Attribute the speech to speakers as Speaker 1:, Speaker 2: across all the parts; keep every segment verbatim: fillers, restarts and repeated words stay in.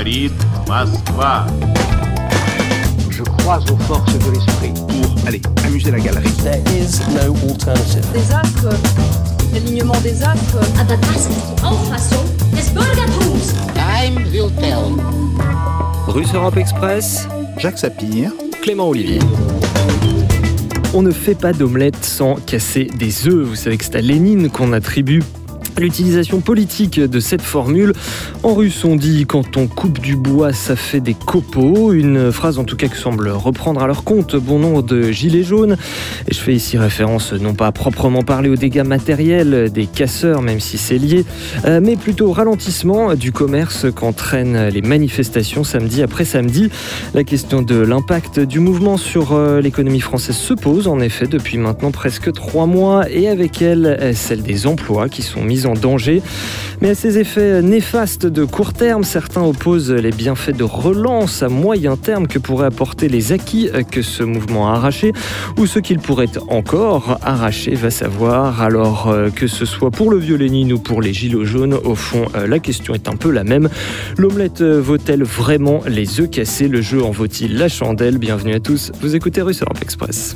Speaker 1: говорит Москва.
Speaker 2: Je crois aux forces de l'esprit.
Speaker 3: Pour, allez, amuser la galerie.
Speaker 4: There is no alternative.
Speaker 5: Des astres, l'alignement des astres.
Speaker 6: Aber das ist die Auffassung des Bürgertums.
Speaker 2: Time will tell.
Speaker 7: Russe Europe Express,
Speaker 3: Jacques Sapir,
Speaker 7: Clément Olivier. On ne fait pas d'omelette sans casser des œufs. Vous savez que c'est à Lénine qu'on attribue l'utilisation politique de cette formule. En russe, on dit « quand on coupe du bois, ça fait des copeaux », une phrase en tout cas que semble reprendre à leur compte bon nombre de gilets jaunes. Et je fais ici référence non pas à proprement parler aux dégâts matériels des casseurs, même si c'est lié, mais plutôt au ralentissement du commerce qu'entraînent les manifestations samedi après samedi. La question de l'impact du mouvement sur l'économie française se pose en effet depuis maintenant presque trois mois et avec elle, celle des emplois qui sont mis en danger. Mais à ces effets néfastes de court terme, certains opposent les bienfaits de relance à moyen terme que pourraient apporter les acquis que ce mouvement a arrachés ou ce qu'il pourrait encore arracher, va savoir. Alors que ce soit pour le vieux Lénine ou pour les gilets jaunes, au fond, la question est un peu la même. L'omelette vaut-elle vraiment les œufs cassés? Le jeu en vaut-il la chandelle? Bienvenue à tous, vous écoutez Russe Europe Express.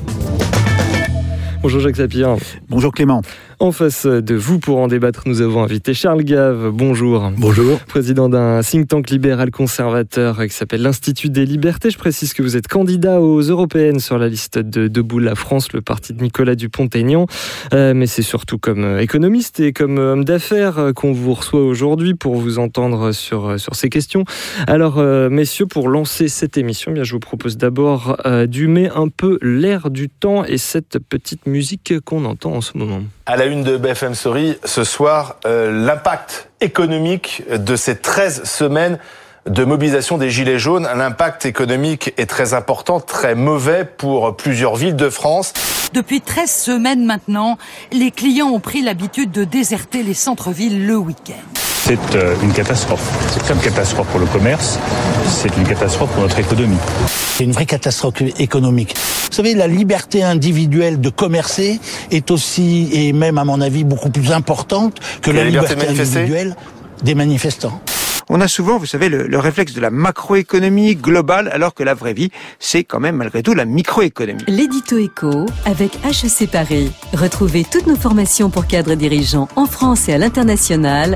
Speaker 7: Bonjour Jacques Sapir.
Speaker 3: Bonjour Clément.
Speaker 7: En face de vous, pour en débattre, nous avons invité Charles Gave. Bonjour.
Speaker 3: Bonjour.
Speaker 7: Président d'un think tank libéral conservateur qui s'appelle l'Institut des Libertés. Je précise que vous êtes candidat aux européennes sur la liste de Debout la France, le parti de Nicolas Dupont-Aignan. Euh, mais c'est surtout comme économiste et comme homme d'affaires qu'on vous reçoit aujourd'hui pour vous entendre sur, sur ces questions. Alors, euh, messieurs, pour lancer cette émission, bien, je vous propose d'abord euh, d'humer un peu l'air du temps et cette petite musique qu'on entend en ce moment.
Speaker 8: À la une de B F M Story, ce soir, euh, l'impact économique de ces treize semaines de mobilisation des Gilets jaunes. L'impact économique est très important, très mauvais pour plusieurs villes de France.
Speaker 9: Depuis treize semaines maintenant, les clients ont pris l'habitude de déserter les centres-villes le week-end.
Speaker 10: C'est une catastrophe. C'est une catastrophe pour le commerce, c'est une catastrophe pour notre économie.
Speaker 11: C'est une vraie catastrophe économique. Vous savez, la liberté individuelle de commercer est aussi, et même à mon avis, beaucoup plus importante que la, la liberté, liberté individuelle des manifestants.
Speaker 12: On a souvent, vous savez, le, le réflexe de la macroéconomie globale, alors que la vraie vie, c'est quand même malgré tout la microéconomie.
Speaker 13: L'édito éco avec H E C Paris. Retrouvez toutes nos formations pour cadres dirigeants en France et à l'international.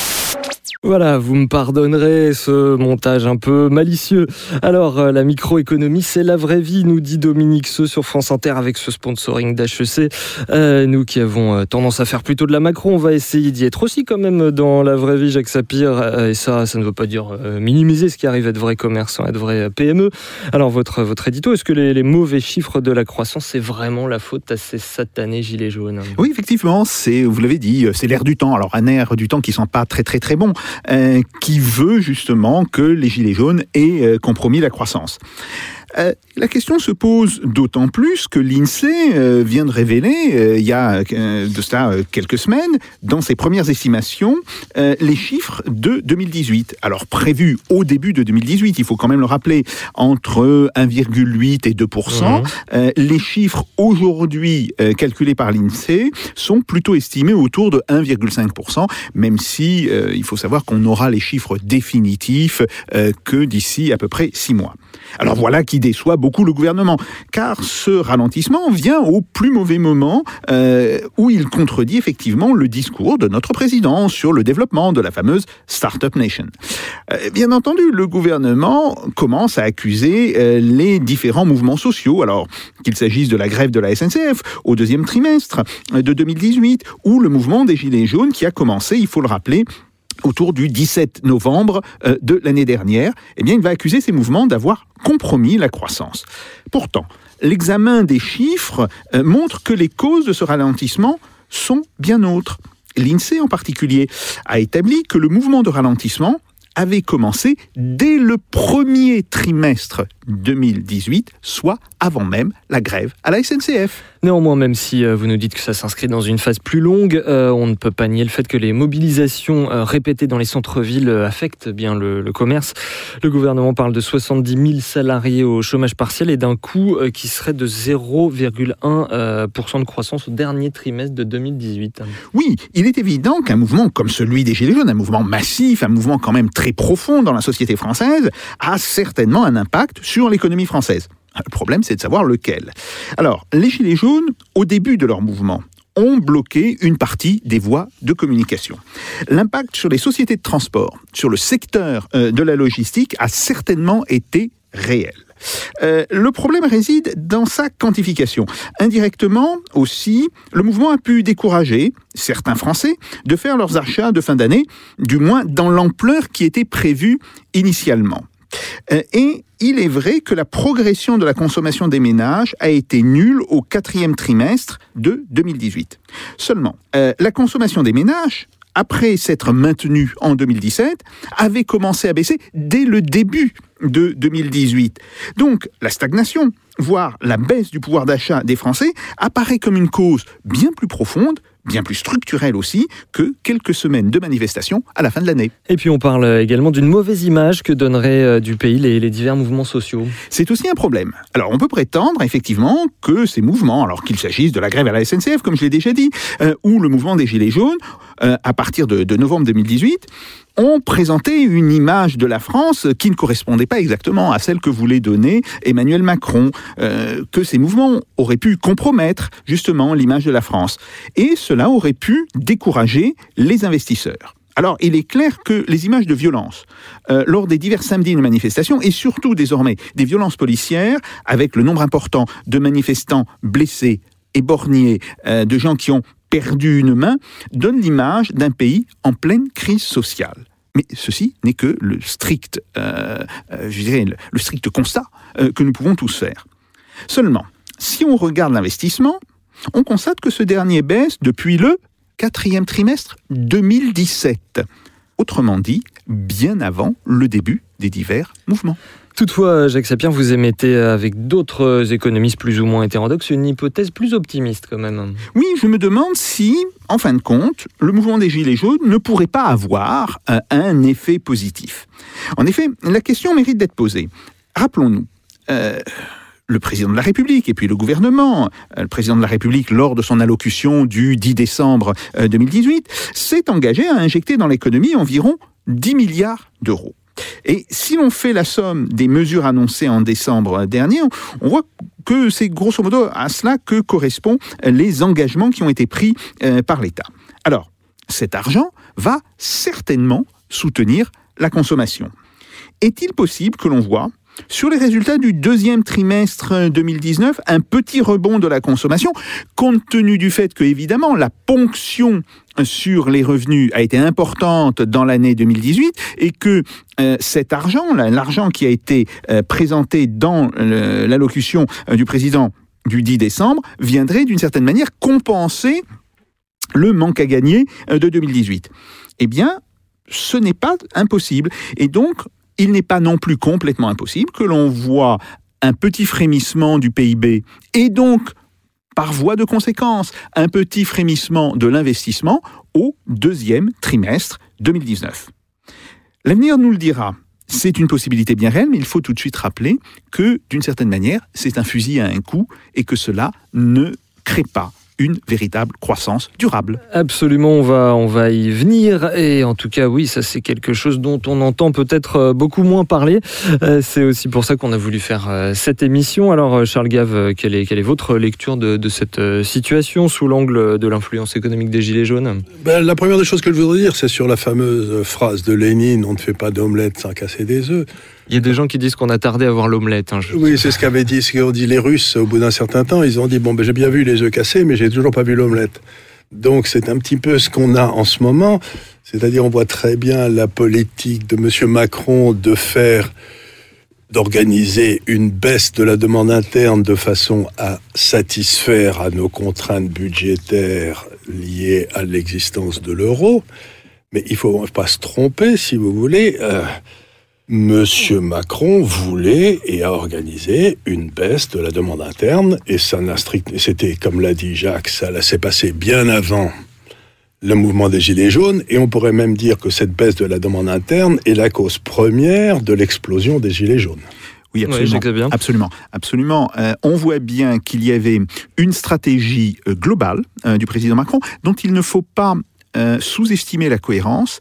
Speaker 7: Voilà, vous me pardonnerez ce montage un peu malicieux. Alors, euh, la microéconomie, c'est la vraie vie, nous dit Dominique Seux sur France Inter avec ce sponsoring d'H E C. Euh, nous qui avons euh, tendance à faire plutôt de la macro, on va essayer d'y être aussi quand même dans la vraie vie, Jacques Sapir. Euh, et ça, ça ne veut pas dire euh, minimiser ce qui arrive à de vrais commerçants, à de vrais P M E. Alors, votre, votre édito, est-ce que les, les mauvais chiffres de la croissance, c'est vraiment la faute à ces satanés gilets jaunes?
Speaker 3: Oui, effectivement, c'est, vous l'avez dit, c'est l'air du temps. Alors, un air du temps qui ne sent pas très très très bon. Euh, qui veut justement que les Gilets jaunes aient euh, compromis la croissance. Euh, la question se pose d'autant plus que l'INSEE euh, vient de révéler, euh, il y a euh, de cela euh, quelques semaines, dans ses premières estimations, euh, les chiffres de deux mille dix-huit. Alors prévus au début de deux mille dix-huit, il faut quand même le rappeler, entre un virgule huit et deux pour cent, mmh. euh, les chiffres aujourd'hui euh, calculés par l'INSEE sont plutôt estimés autour de un virgule cinq pour cent, même si euh, il faut savoir qu'on aura les chiffres définitifs euh, que d'ici à peu près six mois. Alors voilà qui déçoit beaucoup le gouvernement, car ce ralentissement vient au plus mauvais moment euh, où il contredit effectivement le discours de notre président sur le développement de la fameuse Startup Nation. Euh, bien entendu, le gouvernement commence à accuser euh, les différents mouvements sociaux, alors qu'il s'agisse de la grève de la S N C F au deuxième trimestre de deux mille dix-huit, ou le mouvement des Gilets jaunes qui a commencé, il faut le rappeler, autour du dix-sept novembre euh, de l'année dernière, eh bien, il va accuser ces mouvements d'avoir compromis la croissance. Pourtant, l'examen des chiffres euh, montre que les causes de ce ralentissement sont bien autres. L'INSEE en particulier a établi que le mouvement de ralentissement avait commencé dès le premier trimestre deux mille dix-huit, soit avant même la grève à la S N C F.
Speaker 7: Néanmoins, même si euh, vous nous dites que ça s'inscrit dans une phase plus longue, euh, on ne peut pas nier le fait que les mobilisations euh, répétées dans les centres-villes euh, affectent bien le, le commerce. Le gouvernement parle de soixante-dix mille salariés au chômage partiel et d'un coût euh, qui serait de zéro virgule un pour cent de croissance au dernier trimestre de deux mille dix-huit.
Speaker 3: Oui, il est évident qu'un mouvement comme celui des Gilets jaunes, un mouvement massif, un mouvement quand même très très profond dans la société française, a certainement un impact sur l'économie française. Le problème, c'est de savoir lequel. Alors, les Gilets jaunes, au début de leur mouvement, ont bloqué une partie des voies de communication. L'impact sur les sociétés de transport, sur le secteur euh, de la logistique, a certainement été réel. Euh, le problème réside dans sa quantification. Indirectement aussi, le mouvement a pu décourager certains Français de faire leurs achats de fin d'année, du moins dans l'ampleur qui était prévue initialement. Euh, et il est vrai que la progression de la consommation des ménages a été nulle au quatrième trimestre de deux mille dix-huit. Seulement, euh, la consommation des ménages, après s'être maintenue en deux mille dix-sept, avait commencé à baisser dès le début de deux mille dix-huit. Donc, la stagnation, voire la baisse du pouvoir d'achat des Français, apparaît comme une cause bien plus profonde, bien plus structurelle aussi, que quelques semaines de manifestations à la fin de l'année.
Speaker 7: Et puis on parle également d'une mauvaise image que donneraient du pays les, les divers mouvements sociaux.
Speaker 3: C'est aussi un problème. Alors on peut prétendre effectivement que ces mouvements, alors qu'il s'agisse de la grève à la S N C F, comme je l'ai déjà dit, euh, ou le mouvement des Gilets jaunes, euh, à partir de, de novembre deux mille dix-huit, ont présenté une image de la France qui ne correspondait pas exactement à celle que voulait donner Emmanuel Macron, euh, que ces mouvements auraient pu compromettre justement l'image de la France. Et cela aurait pu décourager les investisseurs. Alors, il est clair que les images de violence euh, lors des divers samedis de manifestations, et surtout désormais des violences policières, avec le nombre important de manifestants blessés, éborgnés, euh, de gens qui ont perdu une main, donne l'image d'un pays en pleine crise sociale. Mais ceci n'est que le strict, euh, euh, je dirais, le, le strict constat euh, que nous pouvons tous faire. Seulement, si on regarde l'investissement, on constate que ce dernier baisse depuis le quatrième trimestre deux mille dix-sept. Autrement dit, bien avant le début des divers mouvements.
Speaker 7: Toutefois, Jacques Sapir, vous émettez avec d'autres économistes plus ou moins hétérodoxes une hypothèse plus optimiste quand même.
Speaker 3: Oui, je me demande si, en fin de compte, le mouvement des Gilets jaunes ne pourrait pas avoir un, un effet positif. En effet, la question mérite d'être posée. Rappelons-nous, euh, le président de la République et puis le gouvernement, euh, le président de la République, lors de son allocution du dix décembre euh, deux mille dix-huit, s'est engagé à injecter dans l'économie environ dix milliards d'euros. Et si l'on fait la somme des mesures annoncées en décembre dernier, on voit que c'est grosso modo à cela que correspondent les engagements qui ont été pris euh, par l'État. Alors, cet argent va certainement soutenir la consommation. Est-il possible que l'on voit, sur les résultats du deuxième trimestre deux mille dix-neuf, un petit rebond de la consommation, compte tenu du fait que, évidemment, la ponction sur les revenus a été importante dans l'année deux mille dix-huit et que euh, cet argent, l'argent qui a été euh, présenté dans euh, l'allocution euh, du président du dix décembre, viendrait d'une certaine manière compenser le manque à gagner euh, de deux mille dix-huit. Eh bien, ce n'est pas impossible. Et donc, il n'est pas non plus complètement impossible que l'on voit un petit frémissement du P I B et donc, par voie de conséquence, un petit frémissement de l'investissement au deuxième trimestre deux mille dix-neuf. L'avenir nous le dira. C'est une possibilité bien réelle, mais il faut tout de suite rappeler que, d'une certaine manière, c'est un fusil à un coup et que cela ne crée pas une véritable croissance durable.
Speaker 7: Absolument, on va, on va y venir. Et en tout cas, oui, ça c'est quelque chose dont on entend peut-être beaucoup moins parler. C'est aussi pour ça qu'on a voulu faire cette émission. Alors, Charles Gave, quelle est, quelle est votre lecture de, de cette situation sous l'angle de l'influence économique des Gilets jaunes ?
Speaker 14: Ben, la première des choses que je voudrais dire, c'est sur la fameuse phrase de Lénine « On ne fait pas d'omelette sans casser des œufs ».
Speaker 7: Il y a des gens qui disent qu'on a tardé à voir l'omelette. Hein, je...
Speaker 14: Oui, c'est ce qu'avaient dit, ce qu'ont dit les Russes au bout d'un certain temps. Ils ont dit, bon, ben, j'ai bien vu les œufs cassés, mais j'ai toujours pas vu l'omelette. Donc, c'est un petit peu ce qu'on a en ce moment. C'est-à-dire, on voit très bien la politique de M. Macron de faire, d'organiser une baisse de la demande interne de façon à satisfaire à nos contraintes budgétaires liées à l'existence de l'euro. Mais il ne faut pas se tromper, si vous voulez. Euh, Monsieur Macron voulait et a organisé une baisse de la demande interne et ça n'a strict, c'était comme l'a dit Jacques, ça s'est passé bien avant le mouvement des Gilets jaunes et on pourrait même dire que cette baisse de la demande interne est la cause première de l'explosion des Gilets jaunes.
Speaker 3: Oui, absolument.
Speaker 7: Oui,
Speaker 3: absolument, absolument. Euh, on voit bien qu'il y avait une stratégie euh, globale euh, du président Macron dont il ne faut pas euh, sous-estimé la cohérence.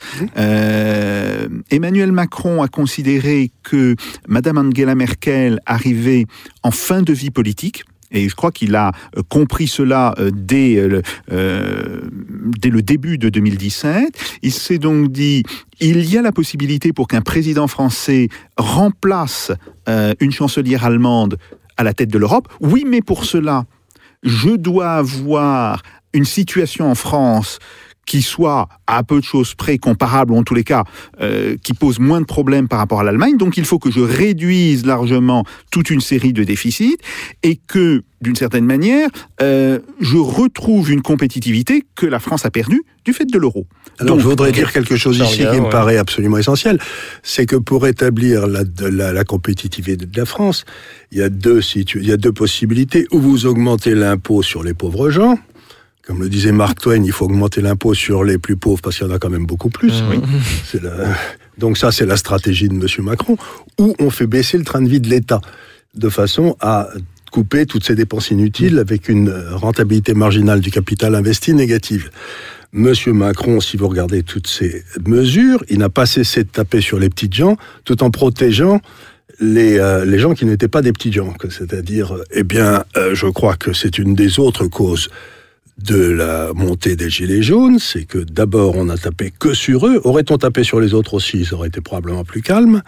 Speaker 3: Euh, Emmanuel Macron a considéré que Madame Angela Merkel arrivait en fin de vie politique. Et je crois qu'il a compris cela dès, euh, dès le début de deux mille dix-sept. Il s'est donc dit, il y a la possibilité pour qu'un président français remplace euh, une chancelière allemande à la tête de l'Europe. Oui, mais pour cela, je dois avoir une situation en France qui soit à peu de choses près comparable, ou en tous les cas, euh, qui pose moins de problèmes par rapport à l'Allemagne. Donc il faut que je réduise largement toute une série de déficits et que, d'une certaine manière, euh, je retrouve une compétitivité que la France a perdue du fait de l'euro.
Speaker 14: Alors
Speaker 3: Donc,
Speaker 14: je voudrais dire quelque chose ici qui
Speaker 7: ouais.
Speaker 14: me paraît absolument essentiel, c'est que pour établir la, la, la compétitivité de la France, il y a deux situ- il y a deux possibilités. Ou vous augmentez l'impôt sur les pauvres gens, comme le disait Mark Twain, il faut augmenter l'impôt sur les plus pauvres parce qu'il y en a quand même beaucoup plus.
Speaker 7: Mmh.
Speaker 14: Oui. C'est la... Donc ça, c'est la stratégie de M. Macron. Ou on fait baisser le train de vie de l'État de façon à couper toutes ces dépenses inutiles avec une rentabilité marginale du capital investi négative. Monsieur Macron, si vous regardez toutes ces mesures, il n'a pas cessé de taper sur les petites gens tout en protégeant les, euh, les gens qui n'étaient pas des petits gens. C'est-à-dire, eh bien, euh, je crois que c'est une des autres causes de la montée des Gilets jaunes, c'est que d'abord on a tapé que sur eux. Aurait-on tapé sur les autres aussi, ça aurait été probablement plus calme.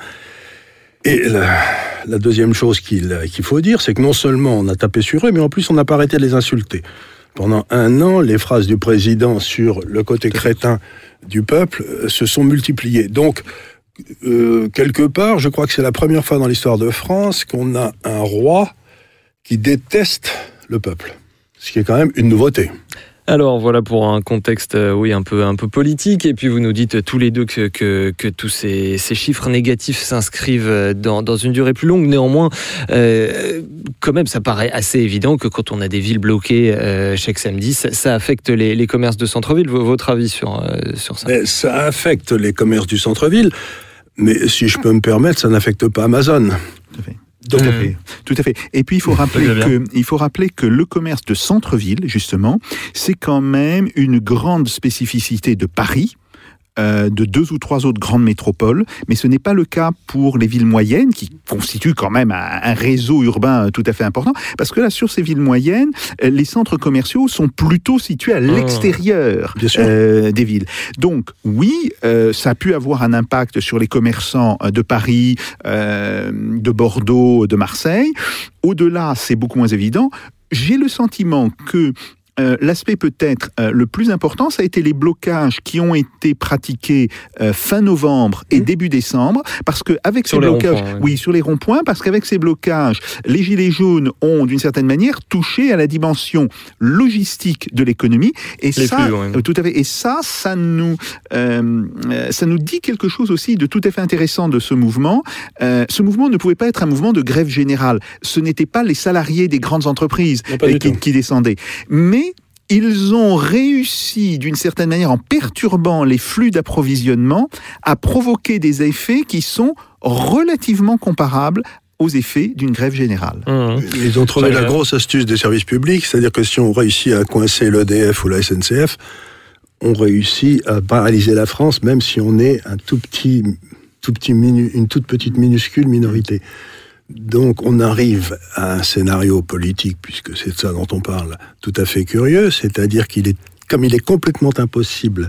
Speaker 14: Et la, la deuxième chose qu'il, qu'il faut dire, c'est que non seulement on a tapé sur eux, mais en plus on n'a pas arrêté de les insulter. Pendant un an, les phrases du président sur le côté crétin du peuple se sont multipliées. Donc, euh, quelque part, je crois que c'est la première fois dans l'histoire de France qu'on a un roi qui déteste le peuple. Ce qui est quand même une nouveauté.
Speaker 7: Alors voilà pour un contexte euh, oui un peu un peu politique, et puis vous nous dites tous les deux que que, que tous ces, ces chiffres négatifs s'inscrivent dans dans une durée plus longue. Néanmoins, euh, quand même, ça paraît assez évident que quand on a des villes bloquées euh, chaque samedi, ça, ça affecte les, les commerces de centre-ville. Votre avis sur euh, sur ça?
Speaker 14: Mais ça affecte les commerces du centre-ville, mais si je peux me permettre, ça n'affecte pas Amazon.
Speaker 3: Tout à fait. Tout à fait, tout à fait. Et puis il faut rappeler que il faut rappeler que le commerce de centre-ville, justement, c'est quand même une grande spécificité de Paris. Euh, de deux ou trois autres grandes métropoles, mais ce n'est pas le cas pour les villes moyennes, qui constituent quand même un, un réseau urbain tout à fait important, parce que là, sur ces villes moyennes, les centres commerciaux sont plutôt situés à l'extérieur oh, euh, des villes. Donc, oui, euh, ça a pu avoir un impact sur les commerçants de Paris, euh, de Bordeaux, de Marseille. Au-delà, c'est beaucoup moins évident. J'ai le sentiment que Euh, l'aspect peut-être euh, le plus important, ça a été les blocages qui ont été pratiqués euh, fin novembre et mmh. début décembre, parce que avec
Speaker 7: sur
Speaker 3: ces blocages,
Speaker 7: oui.
Speaker 3: oui, sur les ronds-points, parce qu'avec ces blocages, les gilets jaunes ont d'une certaine manière touché à la dimension logistique de l'économie, et
Speaker 7: les
Speaker 3: ça,
Speaker 7: flux, ouais.
Speaker 3: tout à fait, et ça, ça nous, euh, ça nous dit quelque chose aussi de tout à fait intéressant de ce mouvement. Euh, ce mouvement ne pouvait pas être un mouvement de grève générale. Ce n'étaient pas les salariés des grandes entreprises
Speaker 14: non,
Speaker 3: qui, qui descendaient, mais ils ont réussi, d'une certaine manière, en perturbant les flux d'approvisionnement, à provoquer des effets qui sont relativement comparables aux effets d'une grève générale.
Speaker 14: Mmh. Ils ont trouvé la grosse astuce des services publics, c'est-à-dire que si on réussit à coincer l'E D F ou la S N C F, on réussit à paralyser la France, même si on est un tout petit, tout petit minu, une toute petite minuscule minorité. Donc on arrive à un scénario politique, puisque c'est de ça dont on parle, tout à fait curieux, c'est-à-dire qu'il est, comme il est complètement impossible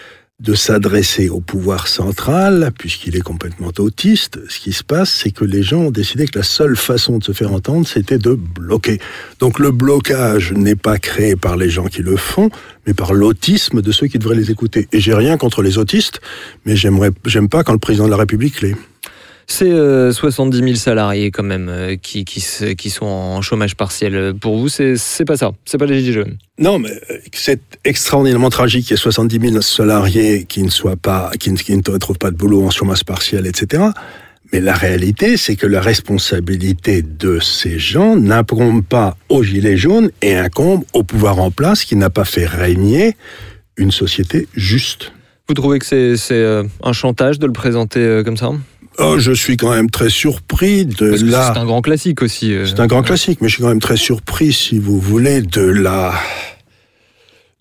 Speaker 14: de s'adresser au pouvoir central, puisqu'il est complètement autiste, ce qui se passe, c'est que les gens ont décidé que la seule façon de se faire entendre, c'était de bloquer. Donc le blocage n'est pas créé par les gens qui le font, mais par l'autisme de ceux qui devraient les écouter. Et j'ai rien contre les autistes, mais j'aimerais, j'aime pas quand le président de la République l'est.
Speaker 7: C'est euh, soixante-dix mille salariés quand même euh, qui, qui, qui sont en chômage partiel. Pour vous, c'est, c'est pas ça, c'est pas les gilets jaunes.
Speaker 14: Non, mais c'est extraordinairement tragique qu'il y ait soixante-dix mille salariés qui ne soient pas, qui ne, qui ne trouvent pas de boulot en chômage partiel, et cetera. Mais la réalité, c'est que la responsabilité de ces gens n'incombe pas aux gilets jaunes et incombe au pouvoir en place qui n'a pas fait régner une société juste.
Speaker 7: Vous trouvez que c'est, c'est euh, un chantage de le présenter euh, comme ça ?
Speaker 14: Oh, je suis quand même très surpris de
Speaker 7: Parce que
Speaker 14: la...
Speaker 7: C'est un grand classique aussi. Euh...
Speaker 14: C'est un grand classique, mais je suis quand même très surpris, si vous voulez, de la...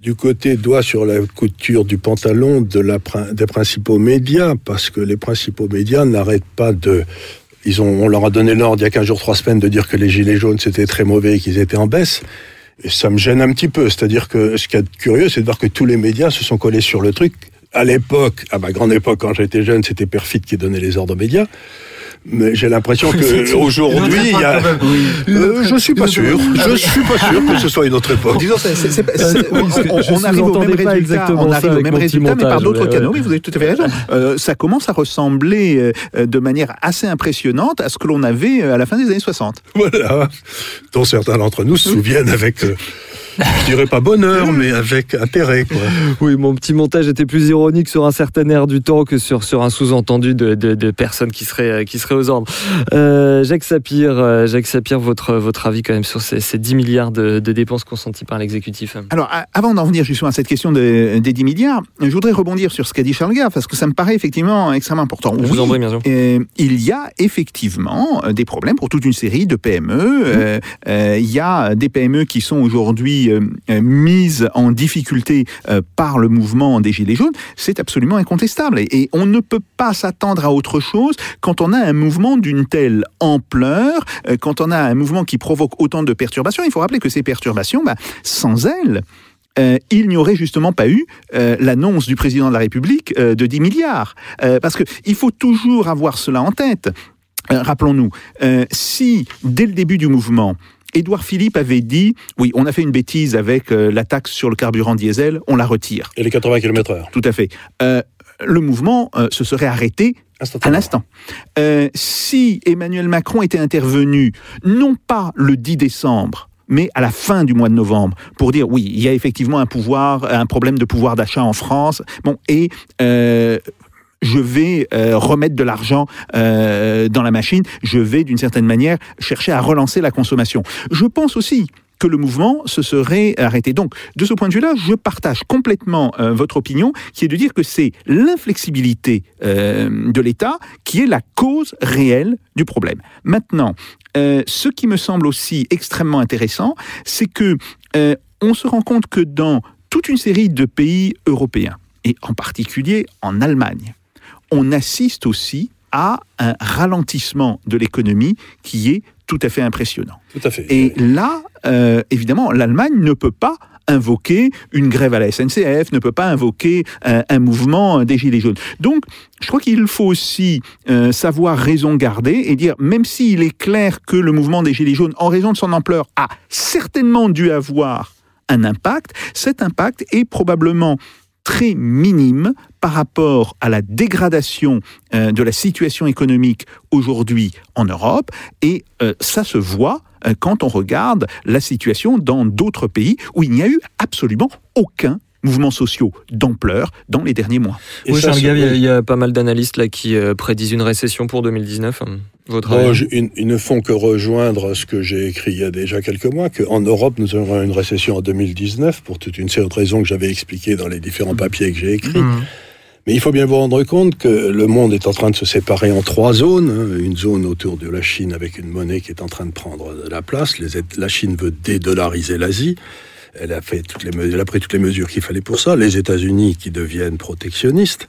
Speaker 14: du côté doigt sur la couture du pantalon de la, des principaux médias, parce que les principaux médias n'arrêtent pas de... Ils ont, on leur a donné l'ordre il y a quinze jours, trois semaines de dire que les gilets jaunes c'était très mauvais et qu'ils étaient en baisse. Et ça me gêne un petit peu. C'est-à-dire que ce qui est curieux, c'est de voir que tous les médias se sont collés sur le truc. À l'époque, à ma grande époque, quand j'étais jeune, c'était Perfit qui donnait les ordres aux médias. Mais j'ai l'impression que aujourd'hui, il y a. Oui. Euh, je suis pas sûr. Je suis pas sûr que ce soit une autre époque.
Speaker 3: Disons, c'est, c'est, c'est, c'est, on, on, on arrive au même résultat, on arrive au même résultat, mais par d'autres canaux. Oui, vous avez tout à fait raison. Euh, ça commence à ressembler euh, de manière assez impressionnante à ce que l'on avait à la fin des années soixante.
Speaker 14: Voilà, dont certains d'entre nous se souviennent avec. Euh, Je dirais pas bonheur, mais avec intérêt, quoi.
Speaker 7: Oui, mon petit montage était plus ironique sur un certain air du temps que sur, sur un sous-entendu de, de, de personnes qui seraient, qui seraient aux ordres. Euh, Jacques Sapir, euh, Jacques Sapir, votre, votre avis quand même sur ces, ces dix milliards de, de dépenses consenties par l'exécutif.
Speaker 3: Alors, à, avant d'en venir justement à cette question de, des dix milliards, je voudrais rebondir sur ce qu'a dit Charles Gave, parce que ça me paraît effectivement extrêmement important.
Speaker 7: Je
Speaker 3: oui,
Speaker 7: vous en prie, bien sûr.
Speaker 3: Euh, il y a effectivement des problèmes pour toute une série de P M E. Mmh. Euh, euh, il y a des P M E qui sont aujourd'hui Euh, euh, mise en difficulté euh, par le mouvement des Gilets jaunes, c'est absolument incontestable. Et, et on ne peut pas s'attendre à autre chose quand on a un mouvement d'une telle ampleur, euh, quand on a un mouvement qui provoque autant de perturbations. Il faut rappeler que ces perturbations, bah, sans elles, Euh, il n'y aurait justement pas eu euh, l'annonce du président de la République euh, de dix milliards. Euh, parce qu'il faut toujours avoir cela en tête. Euh, rappelons-nous, euh, si dès le début du mouvement, Édouard Philippe avait dit, oui, on a fait une bêtise avec euh, la taxe sur le carburant diesel, on la retire.
Speaker 14: Et les quatre-vingts kilomètres heure.
Speaker 3: Tout à fait. Euh, le mouvement euh, se serait arrêté à l'instant. Euh, si Emmanuel Macron était intervenu, non pas le dix décembre, mais à la fin du mois de novembre, pour dire, oui, il y a effectivement un pouvoir, un problème de pouvoir d'achat en France, bon, et... Euh, je vais euh, remettre de l'argent euh, dans la machine, je vais d'une certaine manière chercher à relancer la consommation. Je pense aussi que le mouvement se serait arrêté. Donc, de ce point de vue-là, je partage complètement euh, votre opinion, qui est de dire que c'est l'inflexibilité euh, de l'État qui est la cause réelle du problème. Maintenant, euh, ce qui me semble aussi extrêmement intéressant, c'est que euh, on se rend compte que dans toute une série de pays européens, et en particulier en Allemagne, on assiste aussi à un ralentissement de l'économie qui est tout à fait impressionnant.
Speaker 14: Tout à fait.
Speaker 3: Et là, euh, évidemment, l'Allemagne ne peut pas invoquer une grève à la S N C F, ne peut pas invoquer un, un mouvement des Gilets jaunes. Donc, je crois qu'il faut aussi euh, savoir raison garder et dire, même s'il est clair que le mouvement des Gilets jaunes, en raison de son ampleur, a certainement dû avoir un impact, cet impact est probablement très minime par rapport à la dégradation euh, de la situation économique aujourd'hui en Europe, et euh, ça se voit euh, quand on regarde la situation dans d'autres pays où il n'y a eu absolument aucun mouvements sociaux d'ampleur dans les derniers mois.
Speaker 7: Et oui, Charles Gave, il y, y a pas mal d'analystes là qui euh, prédisent une récession pour deux mille dix-neuf. Votre
Speaker 14: bon, avis? Ils, ils ne font que rejoindre ce que j'ai écrit il y a déjà quelques mois, qu'en Europe, nous aurons une récession en deux mille dix-neuf, pour toute une série de raisons que j'avais expliquées dans les différents papiers que j'ai écrits. Mmh. Mais il faut bien vous rendre compte que le monde est en train de se séparer en trois zones. Une zone autour de la Chine avec une monnaie qui est en train de prendre de la place. Les, la Chine veut dédollariser l'Asie. Elle a, fait toutes les, elle a pris toutes les mesures qu'il fallait pour ça. Les États-Unis qui deviennent protectionnistes.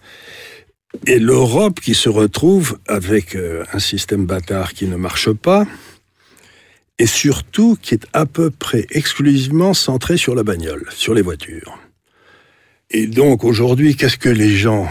Speaker 14: Et l'Europe qui se retrouve avec euh, un système bâtard qui ne marche pas. Et surtout qui est à peu près exclusivement centré sur la bagnole, sur les voitures. Et donc aujourd'hui, qu'est-ce que les gens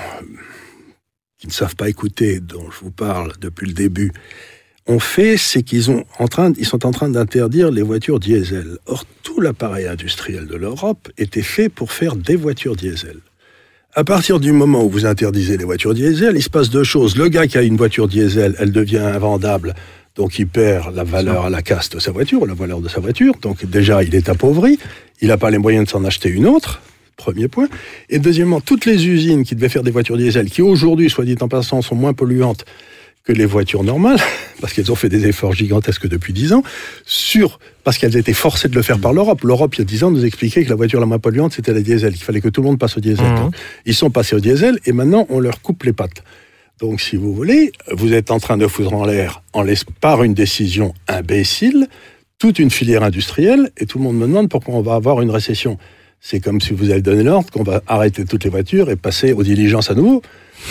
Speaker 14: qui ne savent pas écouter, dont je vous parle depuis le début, ont fait, c'est qu'ils ont en train, ils sont en train d'interdire les voitures diesel. Or, tout l'appareil industriel de l'Europe était fait pour faire des voitures diesel. À partir du moment où vous interdisez les voitures diesel, il se passe deux choses. Le gars qui a une voiture diesel, elle devient invendable, donc il perd la valeur à la casse de sa voiture, la valeur de sa voiture. Donc déjà, il est appauvri, il n'a pas les moyens de s'en acheter une autre. Premier point. Et deuxièmement, toutes les usines qui devaient faire des voitures diesel, qui aujourd'hui, soit dit en passant, sont moins polluantes que les voitures normales, parce qu'elles ont fait des efforts gigantesques depuis dix ans, sur, parce qu'elles étaient forcées de le faire par l'Europe. L'Europe, il y a dix ans, nous expliquait que la voiture la moins polluante, c'était la diesel, qu'il fallait que tout le monde passe au diesel. Mmh. Donc, ils sont passés au diesel, et maintenant, on leur coupe les pattes. Donc, si vous voulez, vous êtes en train de foutre en l'air, en l'air par une décision imbécile, toute une filière industrielle, et tout le monde me demande pourquoi on va avoir une récession. C'est comme si vous avez donné l'ordre qu'on va arrêter toutes les voitures et passer aux diligences à nouveau.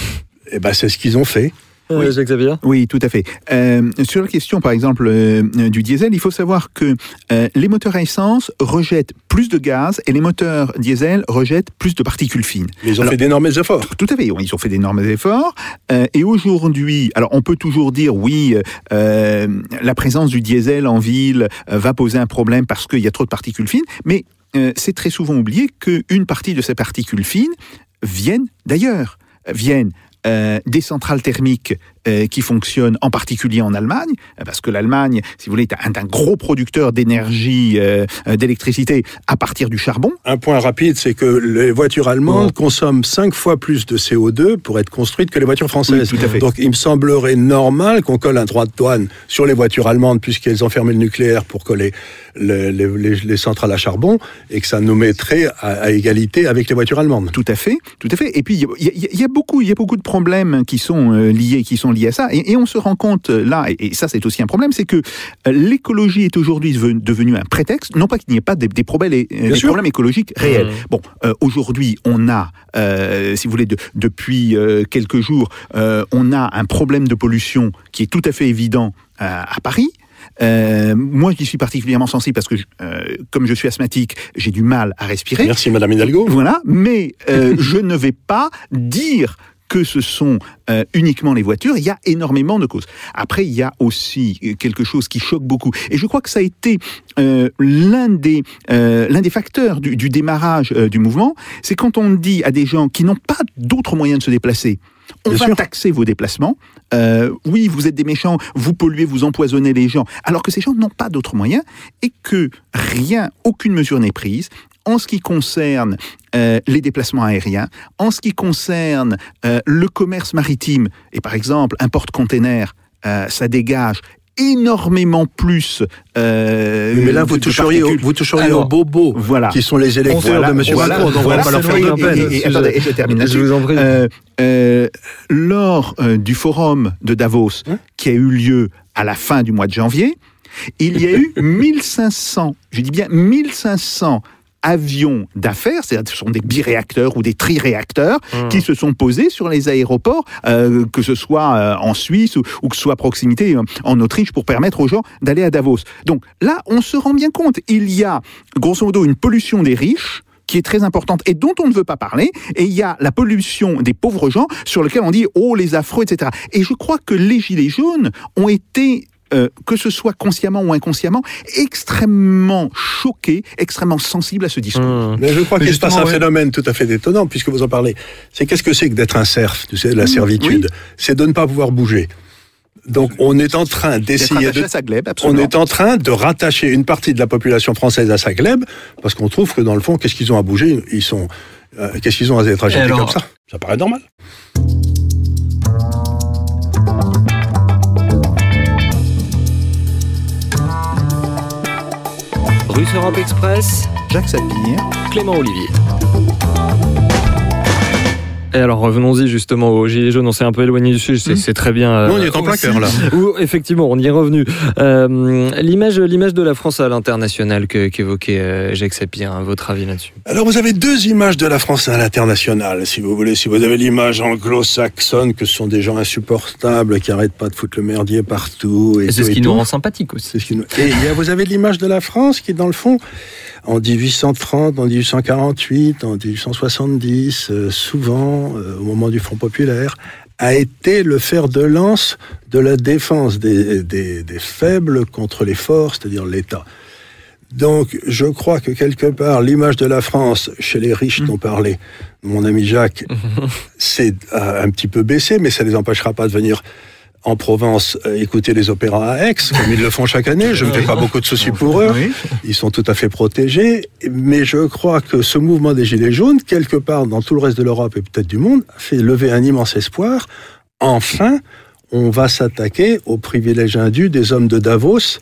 Speaker 14: Et ben c'est ce qu'ils ont fait.
Speaker 7: Oui, Jacques Xavier.
Speaker 3: Oui, tout à fait. Euh, sur la question, par exemple, euh, du diesel, il faut savoir que euh, les moteurs à essence rejettent plus de gaz et les moteurs diesel rejettent plus de particules fines.
Speaker 14: Mais ils ont alors, fait d'énormes efforts.
Speaker 3: Tout à fait, ils ont fait d'énormes efforts. Euh, et aujourd'hui, alors on peut toujours dire, oui, euh, la présence du diesel en ville euh, va poser un problème parce qu'il y a trop de particules fines, mais euh, c'est très souvent oublié qu'une partie de ces particules fines viennent d'ailleurs, viennent Euh, des centrales thermiques euh, qui fonctionnent en particulier en Allemagne, parce que l'Allemagne, si vous voulez, est un, un gros producteur d'énergie, euh, d'électricité à partir du charbon.
Speaker 14: Un point rapide, c'est que les voitures allemandes oh. consomment cinq fois plus de C O deux pour être construites que les voitures françaises.
Speaker 3: Oui, tout à fait.
Speaker 14: Donc il me semblerait normal qu'on colle un droit de douane sur les voitures allemandes, puisqu'elles ont fermé le nucléaire pour coller les, les, les, les centrales à charbon, et que ça nous mettrait à, à égalité avec les voitures allemandes.
Speaker 3: Tout à fait, tout à fait. Et puis il y, y, y a beaucoup, il y a beaucoup de problèmes qui sont euh, liés, qui sont liés à ça. Et, et on se rend compte euh, là, et, et ça c'est aussi un problème, c'est que euh, l'écologie est aujourd'hui devenue un prétexte, non pas qu'il n'y ait pas des, des, problèmes, des problèmes écologiques réels. Mmh. Bon, euh, aujourd'hui on a, euh, si vous voulez, de, depuis euh, quelques jours, euh, on a un problème de pollution qui est tout à fait évident euh, à Paris. Euh, moi, j'y suis particulièrement sensible parce que, euh, comme je suis asthmatique, j'ai du mal à respirer.
Speaker 14: Merci, Madame Hidalgo.
Speaker 3: Voilà, mais euh, je ne vais pas dire que ce sont euh, uniquement les voitures. Il y a énormément de causes. Après, il y a aussi quelque chose qui choque beaucoup. Et je crois que ça a été euh, l'un des euh, l'un des facteurs du, du démarrage euh, du mouvement. C'est quand on dit à des gens qui n'ont pas d'autres moyens de se déplacer, on Bien va sûr. taxer vos déplacements. Euh, oui, vous êtes des méchants, vous polluez, vous empoisonnez les gens, alors que ces gens n'ont pas d'autres moyens et que rien, aucune mesure n'est prise en ce qui concerne euh, les déplacements aériens, en ce qui concerne euh, le commerce maritime. Et par exemple, un porte-container, euh, ça dégage énormément plus. Euh,
Speaker 14: mais là, vous toucheriez, au, vous toucheriez Alors, aux bobos, voilà. qui sont les électeurs voilà, de M.
Speaker 3: Voilà,
Speaker 14: Macron. Donc
Speaker 3: voilà,
Speaker 14: on va pas leur faire de peine.
Speaker 3: Et, et, attendez, et je termine là-dessus. Je vous en prie. Euh, euh, lors euh, du forum de Davos, hein qui a eu lieu à la fin du mois de janvier, il y a eu mille cinq cents, je dis bien mille cinq cents avions d'affaires, c'est-à-dire ce sont des biréacteurs ou des triréacteurs mmh. qui se sont posés sur les aéroports, euh, que ce soit euh, en Suisse ou, ou que ce soit à proximité euh, en Autriche pour permettre aux gens d'aller à Davos. Donc là, on se rend bien compte, il y a grosso modo une pollution des riches qui est très importante et dont on ne veut pas parler, et il y a la pollution des pauvres gens sur lequel on dit « oh, les affreux », et cetera. Et je crois que les Gilets jaunes ont été... Euh, que ce soit consciemment ou inconsciemment, extrêmement choqué, extrêmement sensible à ce discours.
Speaker 14: Mmh. Mais je crois qu'il se passe un ouais. phénomène tout à fait étonnant, puisque vous en parlez. C'est qu'est-ce que c'est que d'être un serf, tu sais, de la servitude oui. C'est de ne pas pouvoir bouger. Donc on est en train d'essayer de...
Speaker 3: à sa glèbe,
Speaker 14: on est en train de rattacher une partie de la population française à sa glèbe, parce qu'on trouve que dans le fond, qu'est-ce qu'ils ont à bouger Ils sont... Euh, qu'est-ce qu'ils ont à être agités alors... comme ça Ça paraît normal.
Speaker 7: Russe Europe Express,
Speaker 3: Jacques Sapir,
Speaker 7: Clément Olivier. Et alors revenons-y justement aux Gilets jaunes, on s'est un peu éloigné du sujet, c'est, mmh. c'est très bien. Euh,
Speaker 14: non, on y est en plein cœur là.
Speaker 7: Où, effectivement, on y est revenu. Euh, l'image, l'image de la France à l'international que, qu'évoquait euh, Jacques Sapir, hein, votre avis là-dessus?
Speaker 14: Alors vous avez deux images de la France à l'international, si vous voulez. Si vous avez l'image anglo-saxonne, que ce sont des gens insupportables qui n'arrêtent pas de foutre le merdier partout. Et,
Speaker 7: et c'est
Speaker 14: tout,
Speaker 7: ce
Speaker 14: et
Speaker 7: qui
Speaker 14: tout.
Speaker 7: nous rend sympathiques aussi.
Speaker 14: C'est ce qui nous... Et vous avez l'image de la France qui, dans le fond, en dix-huit cent trente, en dix-huit cent quarante-huit, en dix-huit cent soixante-dix, euh, souvent, euh, au moment du Front populaire, a été le fer de lance de la défense des, des, des faibles contre les forts, c'est-à-dire l'État. Donc, je crois que quelque part, l'image de la France, chez les riches mmh. dont parlait mon ami Jacques, c'est euh, un petit peu baissé, mais ça ne les empêchera pas de venir en Provence euh, écouter les opéras à Aix, comme ils le font chaque année. Je ne me fais pas beaucoup de soucis pour eux. Ils sont tout à fait protégés. Mais je crois que ce mouvement des Gilets jaunes, quelque part dans tout le reste de l'Europe et peut-être du monde, a fait lever un immense espoir. Enfin, on va s'attaquer aux privilèges indus des hommes de Davos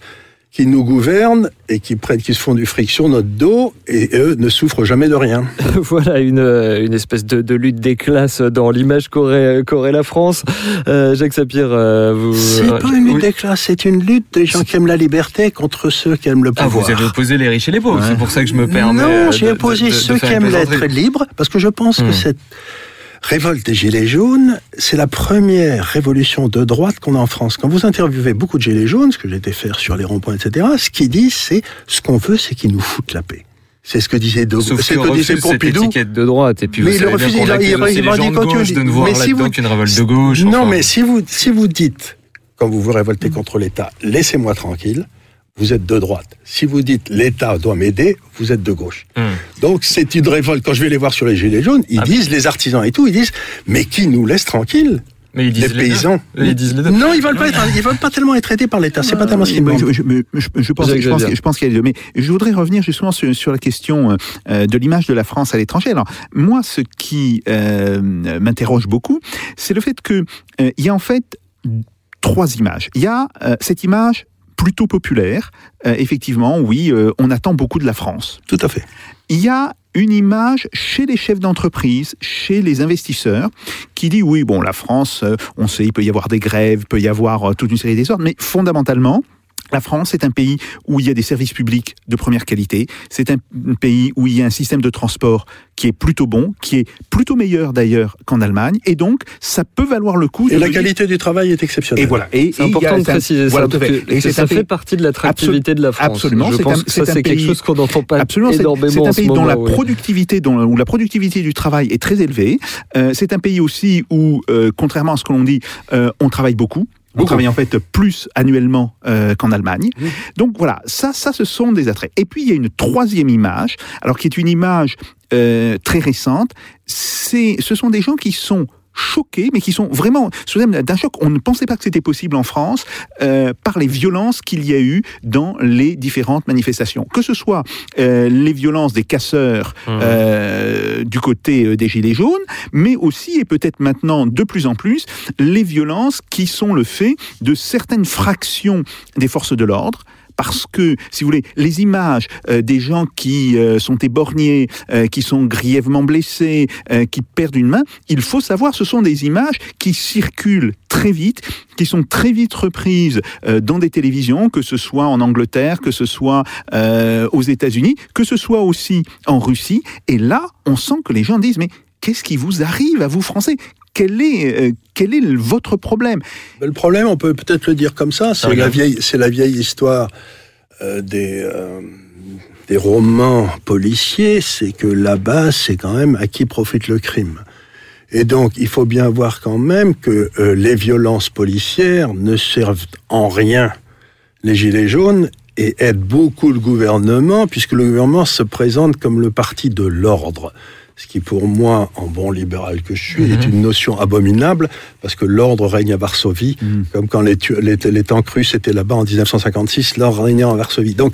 Speaker 14: qui nous gouvernent et qui prennent, qui se font du fric sur notre dos, et eux ne souffrent jamais de rien.
Speaker 7: Voilà une, une espèce de, de lutte des classes dans l'image qu'aurait, qu'aurait la France. Euh, Jacques Sapir, euh, vous...
Speaker 14: C'est pas une lutte oui. des classes, c'est une lutte des gens qui aiment la liberté contre ceux qui aiment le pouvoir.
Speaker 7: Ah, vous avez opposé les riches et les pauvres, ouais. C'est pour ça que je me permets...
Speaker 14: Non, j'ai opposé de, de, ceux de qui aiment l'être libre, parce que je pense mmh. que cette révolte des Gilets jaunes, c'est la première révolution de droite qu'on a en France. Quand vous interviewez beaucoup de Gilets jaunes, ce que j'ai été faire sur les ronds-points, et cetera, ce qu'ils disent, c'est ce qu'on veut, c'est qu'ils nous foutent la paix. C'est ce que disait De Gaulle.
Speaker 7: C'est ce que disait Pompidou. Cette étiquette de droite. Et puis
Speaker 14: mais il le refuse. Il revendique autre chose.
Speaker 7: De ne voir
Speaker 14: mais si vous
Speaker 7: qu'une révolte de gauche.
Speaker 14: Non, enfin. mais si vous si vous dites quand vous vous révoltez contre l'État, laissez-moi tranquille. Vous êtes de droite. Si vous dites l'État doit m'aider, vous êtes de gauche. Hum. Donc c'est une révolte. Quand je vais les voir sur les Gilets jaunes, ils ah, disent, mais... les artisans et tout, ils disent, mais qui nous laisse tranquilles?
Speaker 7: Mais ils disent
Speaker 14: les, les paysans.
Speaker 7: Ils disent les deux.
Speaker 14: Non, ils veulent pas être, ils veulent pas tellement être aidés par l'État. C'est pas tellement ce qu'ils
Speaker 3: veulent. Je, je, je, je pense, je pense, je pense qu'il y a les deux. Mais je voudrais revenir justement sur, sur la question euh, de l'image de la France à l'étranger. Alors moi, ce qui euh, m'interroge beaucoup, c'est le fait que euh, il y a en fait trois images. Il y a euh, cette image plutôt populaire. Euh, effectivement, oui, euh, on attend beaucoup de la France.
Speaker 14: Tout à fait.
Speaker 3: Il y a une image chez les chefs d'entreprise, chez les investisseurs, qui dit oui, bon, la France, euh, on sait, il peut y avoir des grèves, il peut y avoir euh, toute une série de désordres, mais fondamentalement, la France est un pays où il y a des services publics de première qualité. C'est un pays où il y a un système de transport qui est plutôt bon, qui est plutôt meilleur d'ailleurs qu'en Allemagne. Et donc, ça peut valoir le coup.
Speaker 14: Et la qualité du travail est exceptionnelle.
Speaker 3: Et voilà. Et,
Speaker 7: c'est et important de préciser ça. Voilà, tout fait. Et ça fait partie de l'attractivité de la France.
Speaker 3: Absolument.
Speaker 7: Je
Speaker 3: c'est
Speaker 7: pense
Speaker 3: un,
Speaker 7: que ça,
Speaker 3: c'est,
Speaker 7: c'est
Speaker 3: un
Speaker 7: quelque
Speaker 3: pays,
Speaker 7: chose qu'on n'entend pas
Speaker 3: absolument,
Speaker 7: énormément
Speaker 3: c'est, c'est un pays dont la
Speaker 7: oui.
Speaker 3: productivité, dont, où la productivité du travail est très élevée. Euh, c'est un pays aussi où, euh, contrairement à ce que l'on dit, euh, on travaille beaucoup. On travaille en fait plus annuellement euh, qu'en Allemagne. Mmh. Donc voilà, ça, ça, ce sont des attraits. Et puis il y a une troisième image, alors qui est une image euh, très récente. C'est, ce sont des gens qui sont choqués, mais qui sont vraiment d'un choc. On ne pensait pas que c'était possible en France euh, par les violences qu'il y a eu dans les différentes manifestations. Que ce soit euh, les violences des casseurs mmh. euh, du côté des Gilets jaunes, mais aussi, et peut-être maintenant de plus en plus, les violences qui sont le fait de certaines fractions des forces de l'ordre. Parce que, si vous voulez, les images euh, des gens qui euh, sont éborgnés, euh, qui sont grièvement blessés, euh, qui perdent une main, il faut savoir, ce sont des images qui circulent très vite, qui sont très vite reprises euh, dans des télévisions, que ce soit en Angleterre, que ce soit euh, aux États-Unis, que ce soit aussi en Russie. Et là, on sent que les gens disent, mais qu'est-ce qui vous arrive à vous, Français ? Quel est, euh, quel est votre problème ?
Speaker 14: Le problème, on peut peut-être le dire comme ça, c'est, la vieille, c'est la vieille histoire euh, des, euh, des romans policiers, c'est que là-bas, c'est quand même à qui profite le crime. Et donc, il faut bien voir quand même que euh, les violences policières ne servent en rien les Gilets jaunes et aident beaucoup le gouvernement, puisque le gouvernement se présente comme le parti de l'ordre. Ce qui, pour moi, en bon libéral que je suis, mmh. est une notion abominable, parce que l'ordre règne à Varsovie, mmh. comme quand les, les, les tanks russes étaient là-bas en dix-neuf cent cinquante-six, l'ordre régnait à Varsovie. Donc,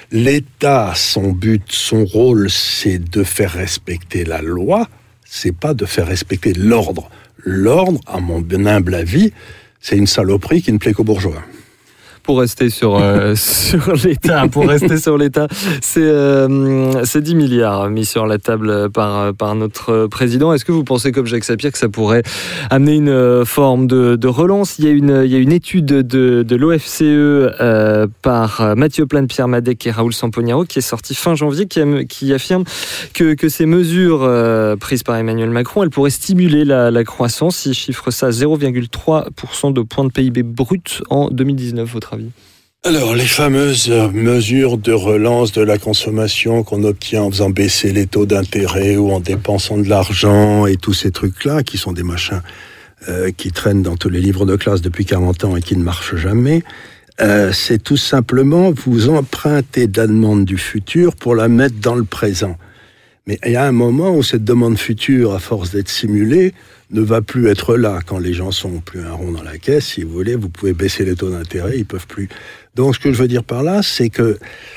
Speaker 14: l'État, son but, son rôle, c'est de faire respecter la loi, c'est pas de faire respecter l'ordre. L'ordre, à mon humble avis, c'est une saloperie qui ne plaît qu'aux bourgeois.
Speaker 7: Pour rester sur, euh, sur l'État, pour rester sur l'État, c'est, euh, c'est dix milliards mis sur la table par, par notre président. Est-ce que vous pensez, comme Jacques Sapir, que ça pourrait amener une forme de, de relance ? Il y a une, il y a une étude de, de l'O F C E euh, par Mathieu Plane, Pierre Madec et Raoul Sampognaro qui est sortie fin janvier, qui, qui affirme que, que ces mesures euh, prises par Emmanuel Macron, elles pourraient stimuler la, la croissance. Il chiffre ça à zéro virgule trois pour cent de points de P I B brut en deux mille dix-neuf, votre avis ?
Speaker 14: Alors, les fameuses mesures de relance de la consommation qu'on obtient en faisant baisser les taux d'intérêt ou en dépensant de l'argent et tous ces trucs-là, qui sont des machins euh, qui traînent dans tous les livres de classe depuis quarante ans et qui ne marchent jamais, euh, c'est tout simplement vous emprunter de la demande du futur pour la mettre dans le présent. Mais il y a un moment où cette demande future, à force d'être simulée, ne va plus être là. Quand les gens sont plus un rond dans la caisse, si vous voulez, vous pouvez baisser les taux d'intérêt, ils peuvent plus. Donc, ce que je veux dire par là, c'est que,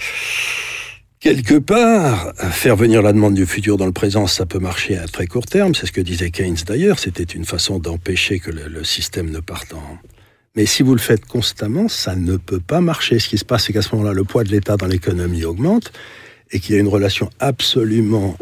Speaker 14: quelque part, faire venir la demande du futur dans le présent, ça peut marcher à très court terme. C'est ce que disait Keynes d'ailleurs. C'était une façon d'empêcher que le, le système ne parte en, Mais si vous le faites constamment, ça ne peut pas marcher. Ce qui se passe, c'est qu'à ce moment-là, le poids de l'État dans l'économie augmente et qu'il y a une relation absolument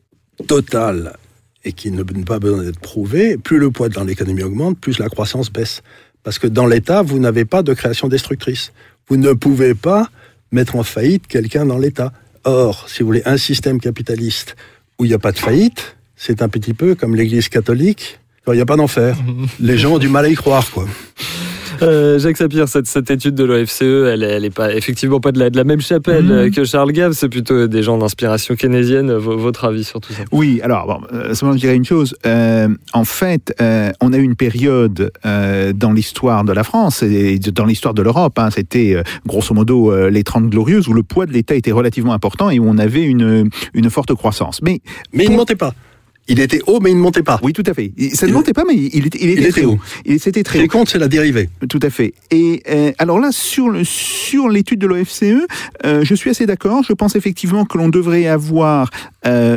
Speaker 14: totale et qui n'a pas besoin d'être prouvée. Plus le poids dans l'économie augmente, plus la croissance baisse. Parce que dans l'État, vous n'avez pas de création destructrice. Vous ne pouvez pas mettre en faillite quelqu'un dans l'État. Or, si vous voulez, un système capitaliste où il n'y a pas de faillite, c'est un petit peu comme l'Église catholique quand il n'y a pas d'enfer. Les gens ont du mal à y croire, quoi.
Speaker 7: Euh, Jacques Sapir, cette, cette étude de l'O F C E, elle, elle est pas effectivement pas de la, de la même chapelle mmh. que Charles Gave, c'est plutôt des gens d'inspiration keynésienne. V- votre avis sur tout ça?
Speaker 3: Oui, alors, bon, euh, simplement je dirais une chose. Euh, en fait, euh, on a eu une période euh, dans l'histoire de la France et dans l'histoire de l'Europe, hein, c'était euh, grosso modo euh, les Trente Glorieuses, où le poids de l'État était relativement important et où on avait une, une forte croissance. Mais,
Speaker 14: mais pour... il ne montait pas. Il était haut, mais il ne montait pas.
Speaker 3: Oui, tout à fait. Ça ne montait pas, mais il était, il était,
Speaker 14: il était
Speaker 3: très haut. Il, c'était très
Speaker 14: haut.
Speaker 3: Les
Speaker 14: comptes, c'est la dérivée.
Speaker 3: Tout à fait. Et euh, alors là, sur, le, sur l'étude de l'O F C E, euh, je suis assez d'accord. Je pense effectivement que l'on devrait avoir euh,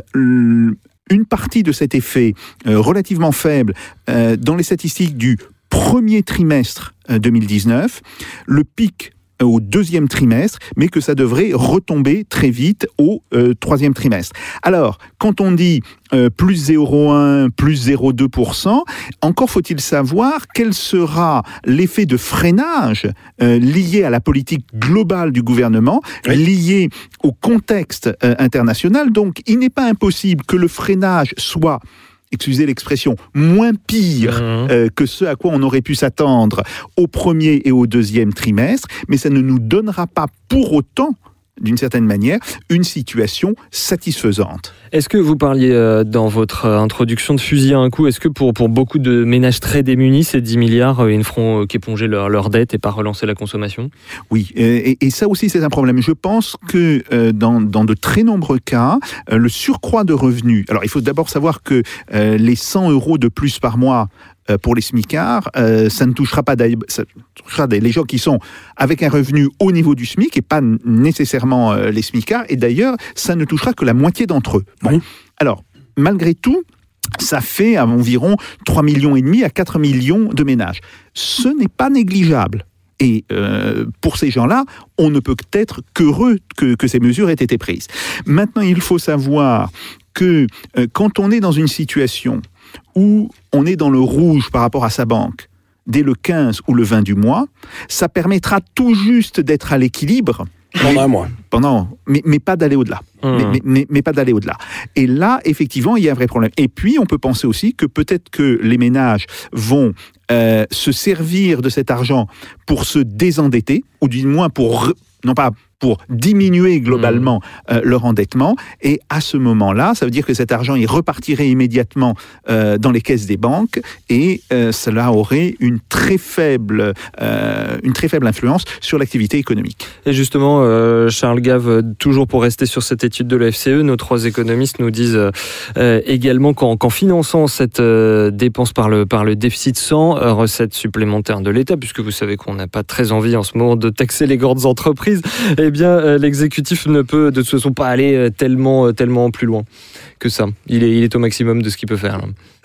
Speaker 3: une partie de cet effet euh, relativement faible euh, dans les statistiques du premier trimestre euh, deux mille dix-neuf. Le pic au deuxième trimestre, mais que ça devrait retomber très vite au euh, troisième trimestre. Alors, quand on dit euh, plus zéro virgule un, plus zéro virgule deux pour cent, encore faut-il savoir quel sera l'effet de freinage euh, lié à la politique globale du gouvernement, oui. lié au contexte euh, international. Donc, il n'est pas impossible que le freinage soit, excusez l'expression, moins pire mmh. euh, que ce à quoi on aurait pu s'attendre au premier et au deuxième trimestre, mais ça ne nous donnera pas pour autant, d'une certaine manière, une situation satisfaisante.
Speaker 7: Est-ce que vous parliez euh, dans votre euh, introduction de fusil à un coup, est-ce que pour, pour beaucoup de ménages très démunis, ces dix milliards, euh, ils ne feront euh, qu'éponger leur, leur dette et pas relancer la consommation?
Speaker 3: Oui, et, et ça aussi c'est un problème. Je pense que euh, dans, dans de très nombreux cas, euh, le surcroît de revenus, alors il faut d'abord savoir que euh, les cent euros de plus par mois pour les smicards, euh, ça ne touchera pas ça touchera des, les gens qui sont avec un revenu au niveau du SMIC et pas nécessairement euh, les smicards. Et d'ailleurs, ça ne touchera que la moitié d'entre eux. Bon. Oui. Alors, malgré tout, ça fait environ trois virgule cinq millions à quatre millions de ménages. Ce n'est pas négligeable. Et euh, pour ces gens-là, on ne peut être qu'heureux que, que ces mesures aient été prises. Maintenant, il faut savoir que euh, quand on est dans une situation où on est dans le rouge par rapport à sa banque, dès le quinze ou le vingt du mois, ça permettra tout juste d'être à l'équilibre.
Speaker 14: Pendant un mois.
Speaker 3: Pendant, mais, mais pas d'aller au-delà. Mmh. Mais, mais, mais, mais pas d'aller au-delà. Et là, effectivement, il y a un vrai problème. Et puis, on peut penser aussi que peut-être que les ménages vont euh, se servir de cet argent pour se désendetter, ou du moins pour, non pas pour diminuer globalement mmh. euh, leur endettement. Et à ce moment-là, ça veut dire que cet argent, il repartirait immédiatement euh, dans les caisses des banques et euh, cela aurait une très faible, euh, une très faible influence sur l'activité économique.
Speaker 7: Et justement, euh, Charles Gave, toujours pour rester sur cette étude de l'O F C E, nos trois économistes nous disent euh, également qu'en, qu'en finançant cette euh, dépense par le, par le déficit sans euh, recettes supplémentaires de l'État, puisque vous savez qu'on n'a pas très envie en ce moment de taxer les grandes entreprises, et Eh bien, euh, l'exécutif ne peut de toute façon pas aller euh, tellement, euh, tellement plus loin que ça. Il est, il est au maximum de ce qu'il peut faire. Là.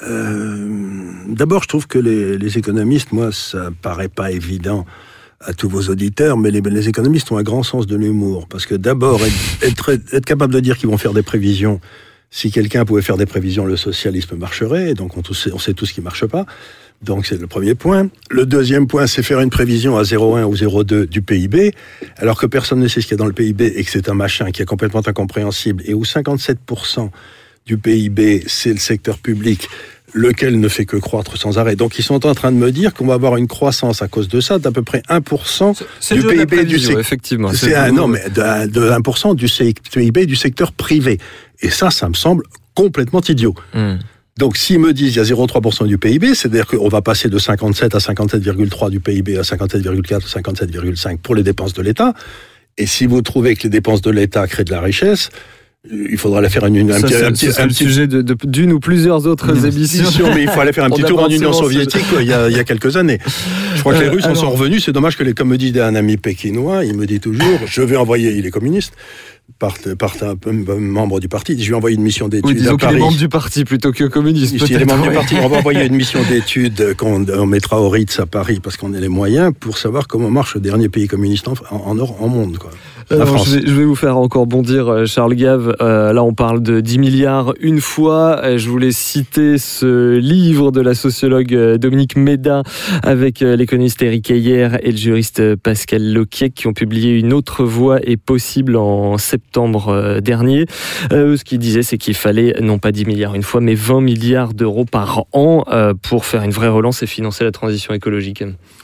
Speaker 14: Euh, d'abord, je trouve que les, les économistes, moi, ça paraît pas évident à tous vos auditeurs, mais les, les économistes ont un grand sens de l'humour. Parce que d'abord, être, être, être capable de dire qu'ils vont faire des prévisions, si quelqu'un pouvait faire des prévisions, le socialisme marcherait, donc on, tous, on sait tous qu'il ne marche pas. Donc c'est le premier point. Le deuxième point, c'est faire une prévision à zéro virgule un ou zéro virgule deux du P I B, alors que personne ne sait ce qu'il y a dans le P I B et que c'est un machin qui est complètement incompréhensible, et où cinquante-sept pour cent du P I B, c'est le secteur public, lequel ne fait que croître sans arrêt. Donc ils sont en train de me dire qu'on va avoir une croissance à cause de ça d'à peu près un pour cent
Speaker 7: c'est
Speaker 14: du P I B du
Speaker 7: secteur. Effectivement.
Speaker 14: C'est, c'est un, non, mais de, de un pour cent du P I B du secteur privé. Et ça, ça me semble complètement idiot. Mmh. Donc, s'ils me disent qu'il y a zéro virgule trois pour cent du P I B, c'est-à-dire qu'on va passer de cinquante-sept à cinquante-sept virgule trois du P I B à cinquante-sept virgule quatre, cinquante-sept virgule cinq pour les dépenses de l'État. Et si vous trouvez que les dépenses de l'État créent de la richesse, il faudra aller faire une, une,
Speaker 7: ça,
Speaker 14: un petit,
Speaker 7: c'est,
Speaker 14: un petit,
Speaker 7: c'est
Speaker 14: un
Speaker 7: le
Speaker 14: petit
Speaker 7: sujet de, de, d'une ou plusieurs autres mmh. émissions.
Speaker 14: Mais il faut aller faire un petit tour en Union soviétique quoi, il, y a, il y a quelques années. Je crois que les Russes euh, en sont revenus. C'est dommage que, les, comme me dit un ami pékinois, il me dit toujours, je vais envoyer, il est communiste, par, par un, un membre du parti. Je vais envoyer une mission d'études
Speaker 7: oui, disons
Speaker 14: à Paris.
Speaker 7: qu'il est membre du parti plutôt que communiste.
Speaker 14: Si il est membre du parti, on va envoyer une mission d'études qu'on on mettra au Ritz à Paris parce qu'on a les moyens pour savoir comment marche le dernier pays communiste en, en, en, en monde, quoi.
Speaker 7: Alors, je, vais, je vais vous faire encore bondir, Charles Gave. Euh, là, on parle de dix milliards une fois. Je voulais citer ce livre de la sociologue Dominique Méda avec l'économiste Éric Heyer et le juriste Pascal Loquier qui ont publié Une autre voie est possible en septembre dernier. Euh, ce qu'ils disaient, c'est qu'il fallait non pas dix milliards une fois, mais vingt milliards d'euros par an euh, pour faire une vraie relance et financer la transition écologique.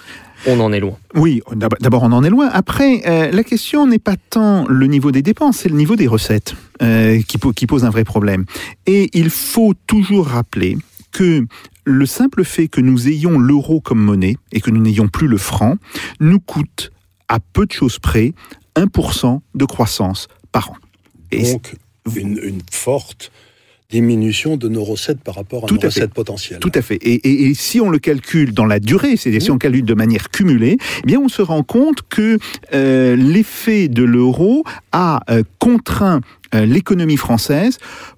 Speaker 7: On en est loin.
Speaker 3: Oui, d'abord on en est loin. Après, euh, la question n'est pas tant le niveau des dépenses, c'est le niveau des recettes euh, qui, qui pose un vrai problème. Et il faut toujours rappeler que le simple fait que nous ayons l'euro comme monnaie et que nous n'ayons plus le franc nous coûte à peu de choses près un pour cent de croissance par an.
Speaker 14: Et donc une, une forte diminution de nos recettes par rapport à
Speaker 3: Tout
Speaker 14: nos
Speaker 3: à
Speaker 14: recettes
Speaker 3: fait.
Speaker 14: potentielles.
Speaker 3: Tout à fait. Et, et, et si on le calcule dans la durée, c'est-à-dire mmh. si on calcule de manière cumulée, eh bien on se rend compte que euh, l'effet de l'euro a euh, contraint euh, l'économie française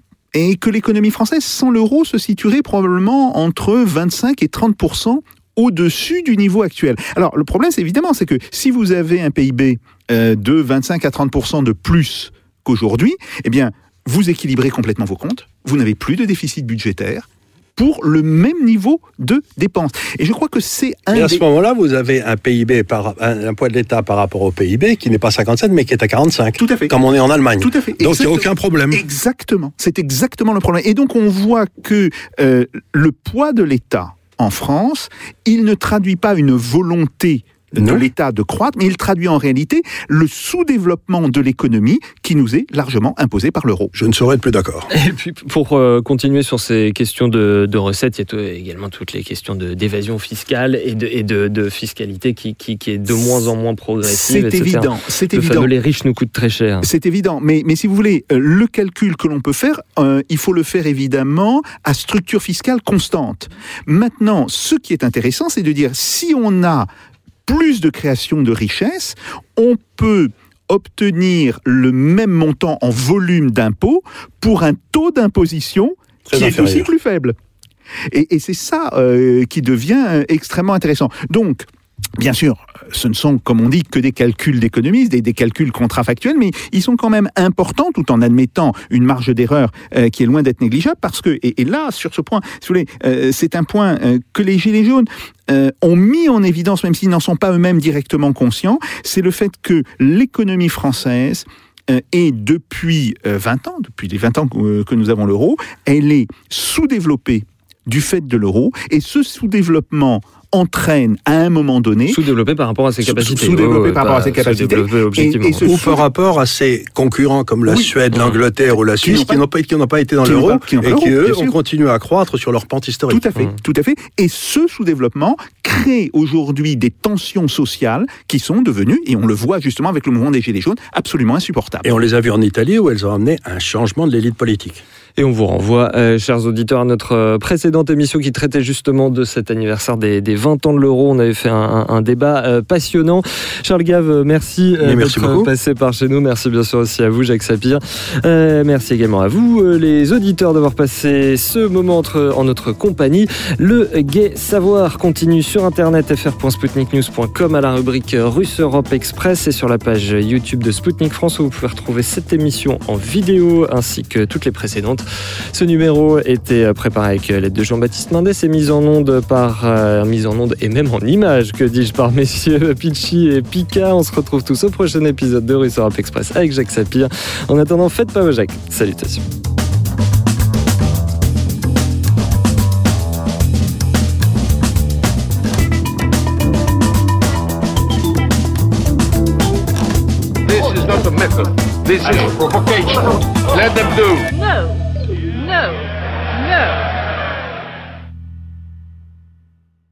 Speaker 3: et que l'économie française, sans l'euro, se situerait probablement entre vingt-cinq et trente pour cent au-dessus du niveau actuel. Alors le problème, c'est évidemment, c'est que si vous avez un P I B euh, de vingt-cinq à trente pour cent de plus qu'aujourd'hui, eh bien vous équilibrez complètement vos comptes, vous n'avez plus de déficit budgétaire pour le même niveau de dépenses. Et je crois que c'est un...
Speaker 14: Et à
Speaker 3: des...
Speaker 14: ce moment-là, vous avez un P I B, par, un, un poids de l'État par rapport au P I B qui n'est pas cinquante-sept, mais qui est à quarante-cinq.
Speaker 3: Tout à fait.
Speaker 14: Comme on est en Allemagne.
Speaker 3: Tout à fait.
Speaker 14: Donc il n'y a aucun problème.
Speaker 3: Exactement. C'est exactement le problème. Et donc on voit que euh, le poids de l'État en France, il ne traduit pas une volonté de non. l'État de croître, mais il traduit en réalité le sous-développement de l'économie qui nous est largement imposé par l'euro.
Speaker 14: Je ne saurais être plus d'accord.
Speaker 7: Et puis, pour euh, continuer sur ces questions de, de recettes, il y a également toutes les questions de, d'évasion fiscale et de, et de, de fiscalité qui, qui, qui est de moins en moins progressive.
Speaker 3: C'est
Speaker 7: et cetera.
Speaker 3: évident. C'est
Speaker 7: le
Speaker 3: évident.
Speaker 7: fameux les riches nous coûtent très cher.
Speaker 3: C'est évident. Mais, mais si vous voulez, euh, le calcul que l'on peut faire, euh, il faut le faire évidemment à structure fiscale constante. Maintenant, ce qui est intéressant, c'est de dire si on a plus de création de richesses, on peut obtenir le même montant en volume d'impôt pour un taux d'imposition
Speaker 14: Très
Speaker 3: qui
Speaker 14: inférieur.
Speaker 3: est aussi plus faible. Et, et c'est ça euh, qui devient euh, extrêmement intéressant. Donc, bien sûr, ce ne sont, comme on dit, que des calculs d'économistes, des, des calculs contrafactuels, mais ils sont quand même importants, tout en admettant une marge d'erreur euh, qui est loin d'être négligeable, parce que, et, et là, sur ce point, si vous voulez, euh, c'est un point euh, que les Gilets jaunes euh, ont mis en évidence, même s'ils n'en sont pas eux-mêmes directement conscients, c'est le fait que l'économie française euh, est depuis euh, vingt ans, depuis les vingt ans que, que nous avons l'euro, elle est sous-développée du fait de l'euro, et ce sous-développement entraîne à un moment donné...
Speaker 7: Sous-développé par rapport à ses capacités.
Speaker 3: Sous-développé oh, par rapport à ses capacités.
Speaker 14: Et, et ce ou sous... par rapport à ses concurrents comme la oui. Suède, l'Angleterre ou la Suisse, qui n'ont pas, qui n'ont pas été dans l'euro, et l'euro, qui, eux, ont continué à croître sur leur pente historique.
Speaker 3: Tout à fait, mmh. tout à fait. Et ce sous-développement crée aujourd'hui des tensions sociales qui sont devenues, et on le voit justement avec le mouvement des Gilets jaunes, absolument insupportables.
Speaker 14: Et on les a vus en Italie, où elles ont amené un changement de l'élite politique.
Speaker 7: Et on vous renvoie, euh, chers auditeurs, à notre euh, précédente émission qui traitait justement de cet anniversaire des, des vingt ans de l'euro. On avait fait un, un, un débat euh, passionnant. Charles Gave, merci, euh,
Speaker 14: merci
Speaker 7: d'être
Speaker 14: beaucoup.
Speaker 7: passé par chez nous. Merci bien sûr aussi à vous, Jacques Sapir. Euh, merci également à vous, euh, les auditeurs, d'avoir passé ce moment entre, en notre compagnie. Le Gai Savoir continue sur internet f r point sputnik news point com à la rubrique Russe Europe Express et sur la page YouTube de Sputnik France où vous pouvez retrouver cette émission en vidéo ainsi que toutes les précédentes. Ce numéro était préparé avec l'aide de Jean-Baptiste Mendes et mise en onde par euh, mise en onde et même en image, que dis-je, par messieurs Pitchy et Pika. On se retrouve tous au prochain épisode de Russe Europe Express avec Jacques Sapir. En attendant, faites pas vos Jacques. Salutations.
Speaker 1: This is not a method. This is provocation. Let them do.
Speaker 6: No.